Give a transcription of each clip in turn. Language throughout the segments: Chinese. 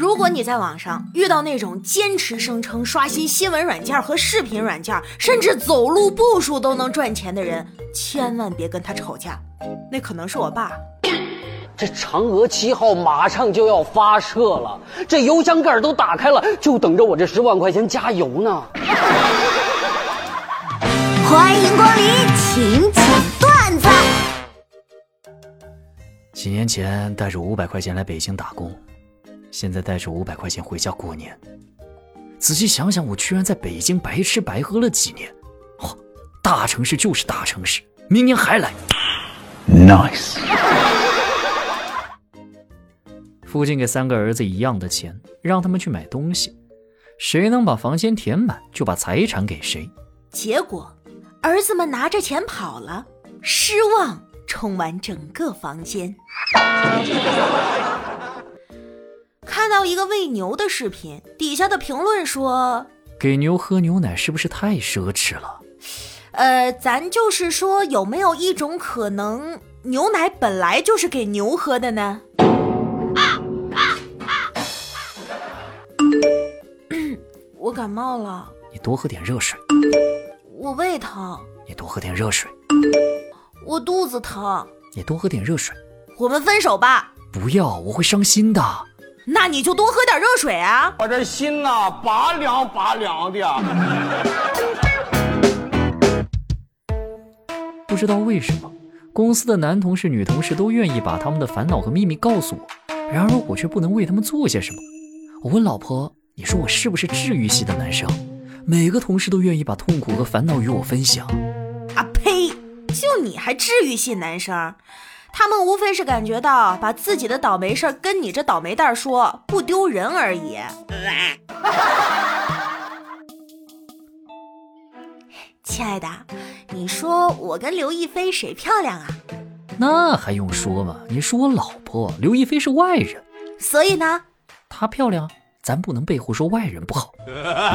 如果你在网上遇到那种坚持声称刷新新闻软件和视频软件，甚至走路步数都能赚钱的人，千万别跟他吵架，那可能是我爸。 这嫦娥7号马上就要发射了，这油箱盖都打开了，就等着我这10万块钱加油呢。 欢迎光临请讲段子。 几年前带着500块钱来北京打工，现在带着500块钱回家过年。仔细想想，我居然在北京白吃白喝了几年。大城市就是大城市，明年还来。 Nice。 父亲给3个儿子一样的钱，让他们去买东西，谁能把房间填满，就把财产给谁。 结果儿子们拿着钱跑了，失望充满整个房间。看到一个喂牛的视频，底下的评论说， 给牛喝牛奶是不是太奢侈了？ 咱就是说，有没有一种可能，牛奶本来就是给牛喝的呢？我感冒了。 你多喝点热水。 我胃疼。 你多喝点热水。 我肚子疼。 你多喝点热水。 我们分手吧。 不要，我会伤心的。 那你就多喝点热水啊。 我这心呐，拔凉拔凉的。 不知道为什么，公司的男同事、女同事都愿意把他们的烦恼和秘密告诉我，然而我却不能为他们做些什么。我问老婆，你说我是不是治愈系的男生？每个同事都愿意把痛苦和烦恼与我分享。 啊呸！就你还治愈系男生？他们无非是感觉到把自己的倒霉事跟你这倒霉蛋说不丢人而已。亲爱的，你说我跟刘亦菲谁漂亮啊？ 那还用说吗？你是我老婆，刘亦菲是外人。 所以呢？ 她漂亮，咱不能背后说外人不好。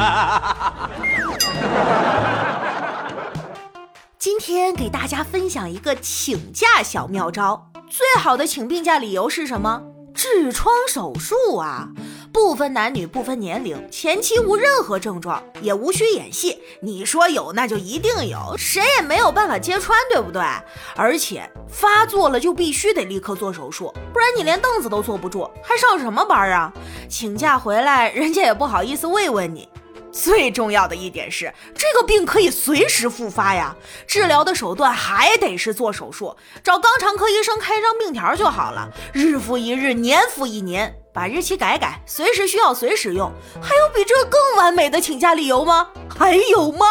今天给大家分享一个请假小妙招。最好的请病假理由是什么？痔疮手术啊！不分男女，不分年龄，前期无任何症状，也无需演戏。你说有那就一定有，谁也没有办法揭穿，对不对？而且发作了就必须得立刻做手术，不然你连凳子都坐不住，还上什么班啊？请假回来，人家也不好意思慰问你。最重要的一点是，这个病可以随时复发呀，治疗的手段还得是做手术，找肛肠科医生开张病条就好了，日复一日，年复一年，把日期改改，随时需要随时用。还有比这更完美的请假理由吗？还有吗？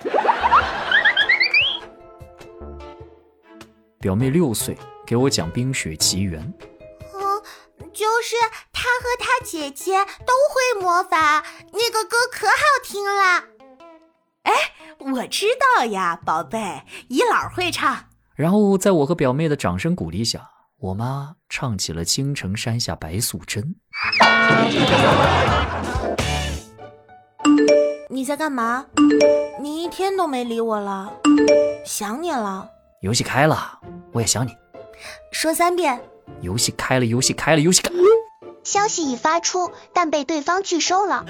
表妹6岁给我讲《冰雪奇缘》。 就是他和他姐姐都会魔法，那个歌可好听了。 哎，我知道呀，宝贝，姨姥会唱。 然后在我和表妹的掌声鼓励下，我妈唱起了《青城山下白素贞》。 你在干嘛？你一天都没理我了，想你了。 游戏开了，我也想你。 说3遍。 游戏开了，游戏开了，游戏开了。 消息已发出，但被对方拒收了。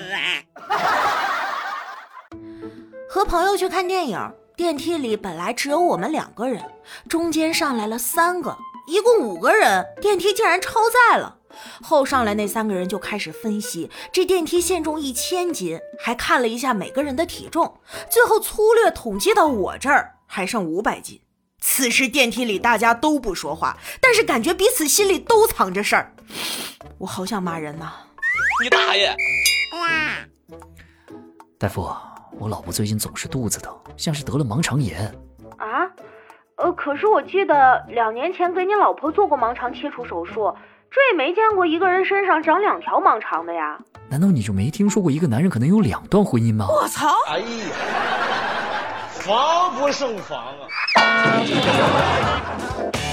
和朋友去看电影，电梯里本来只有我们2个人，中间上来了3个，一共5个人，电梯竟然超载了。后上来那3个人就开始分析，这电梯限重1000斤，还看了一下每个人的体重，最后粗略统计到我这儿还剩500斤。此时电梯里大家都不说话，但是感觉彼此心里都藏着事儿。我好想骂人呐！ 你大爷！ 大夫，我老婆最近总是肚子疼，像是得了盲肠炎。 啊？可是我记得2年前给你老婆做过盲肠切除手术，这也没见过一个人身上长2条盲肠的呀。 难道你就没听说过一个男人可能有2段婚姻吗？ 我操！ 哎呀，防不胜防啊！